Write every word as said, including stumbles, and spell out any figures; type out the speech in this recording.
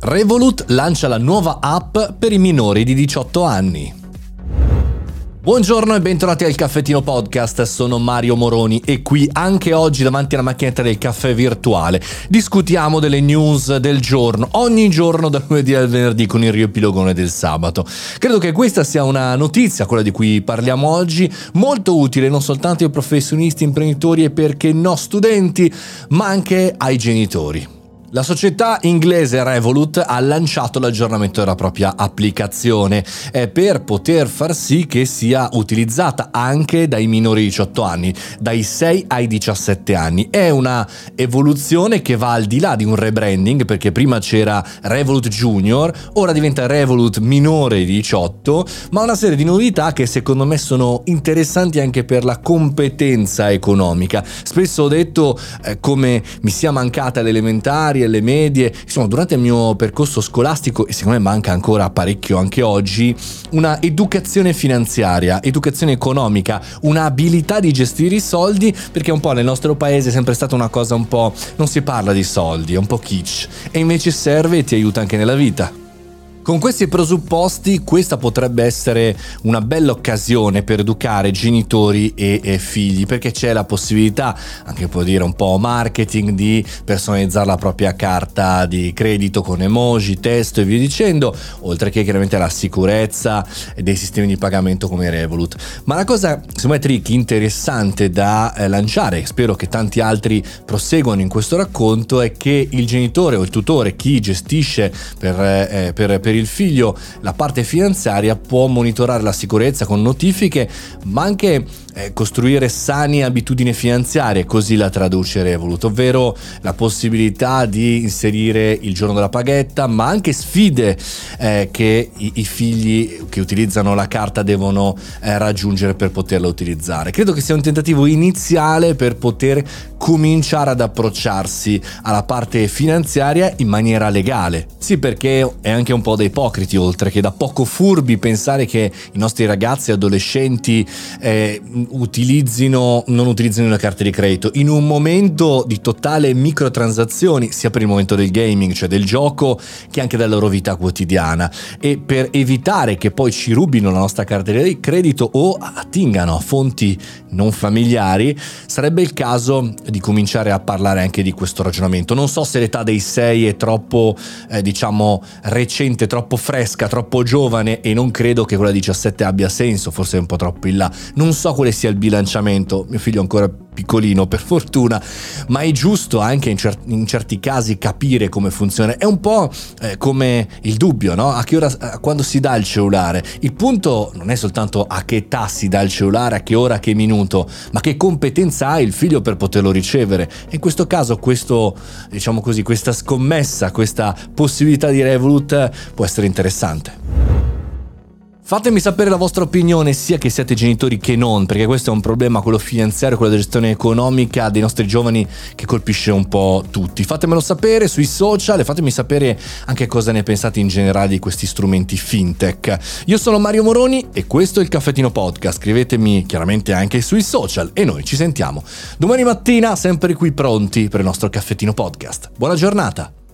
Revolut lancia la nuova app per i minori di diciotto anni. Buongiorno e bentornati al Caffettino Podcast, sono Mario Moroni e qui anche oggi davanti alla macchinetta del caffè virtuale discutiamo delle news del giorno, ogni giorno dal lunedì al venerdì con il riepilogone del sabato. Credo che questa sia una notizia, quella di cui parliamo oggi, molto utile non soltanto ai professionisti, imprenditori e perché no studenti, ma anche ai genitori. La società inglese Revolut ha lanciato l'aggiornamento della propria applicazione eh, per poter far sì che sia utilizzata anche dai minori di diciotto anni, dai sei ai diciassette anni. È una evoluzione che va al di là di un rebranding, perché prima c'era Revolut Junior, ora diventa Revolut minore di diciotto, ma una serie di novità che secondo me sono interessanti anche per la competenza economica. Spesso ho detto eh, come mi sia mancata alle elementari, alle medie, insomma durante il mio percorso scolastico, e secondo me manca ancora parecchio anche oggi, una educazione finanziaria, educazione economica, una abilità di gestire i soldi, perché un po' nel nostro paese è sempre stata una cosa un po', non si parla di soldi, è un po' kitsch, e invece serve e ti aiuta anche nella vita. Con questi presupposti, questa potrebbe essere una bella occasione per educare genitori e, e figli, perché c'è la possibilità, anche può dire un po' marketing, di personalizzare la propria carta di credito con emoji, testo e via dicendo, oltre che chiaramente la sicurezza dei sistemi di pagamento come Revolut. Ma la cosa, secondo me, trick interessante da eh, lanciare, spero che tanti altri proseguano in questo racconto, è che il genitore o il tutore, chi gestisce per, eh, per, per il figlio la parte finanziaria, può monitorare la sicurezza con notifiche, ma anche eh, costruire sane abitudini finanziarie, così la traduce Revolut, ovvero la possibilità di inserire il giorno della paghetta, ma anche sfide eh, che i, i figli che utilizzano la carta devono eh, raggiungere per poterla utilizzare. Credo che sia un tentativo iniziale per poter cominciare ad approcciarsi alla parte finanziaria in maniera legale. Sì, perché è anche un po' da ipocriti, oltre che da poco furbi, pensare che i nostri ragazzi e adolescenti eh, utilizzino non utilizzino le carte di credito in un momento di totale microtransazioni, sia per il momento del gaming, cioè del gioco, che anche della loro vita quotidiana. E per evitare che poi ci rubino la nostra carta di credito o attingano a fonti non familiari, sarebbe il caso di cominciare a parlare anche di questo ragionamento. Non so se l'età dei sei è troppo eh, diciamo recente, troppo fresca, troppo giovane, e non credo che quella di diciassette abbia senso, forse è un po' troppo in là. Non so quale sia il bilanciamento, mio figlio è ancora piccolino per fortuna, ma è giusto anche in, cer- in certi casi capire come funziona. È un po' eh, come il dubbio, no? A che ora, a quando si dà il cellulare. Il punto non è soltanto a che età si dà il cellulare, a che ora, a che minuto, ma che competenza ha il figlio per poterlo ricevere. E in questo caso questo, diciamo così, questa scommessa, questa possibilità di Revolut può essere interessante. Fatemi sapere la vostra opinione, sia che siate genitori che non, perché questo è un problema, quello finanziario, quello della gestione economica dei nostri giovani, che colpisce un po' tutti. Fatemelo sapere sui social e fatemi sapere anche cosa ne pensate in generale di questi strumenti fintech. Io sono Mario Moroni e questo è il Caffettino Podcast. Scrivetemi chiaramente anche sui social e noi ci sentiamo domani mattina, sempre qui pronti per il nostro Caffettino Podcast. Buona giornata!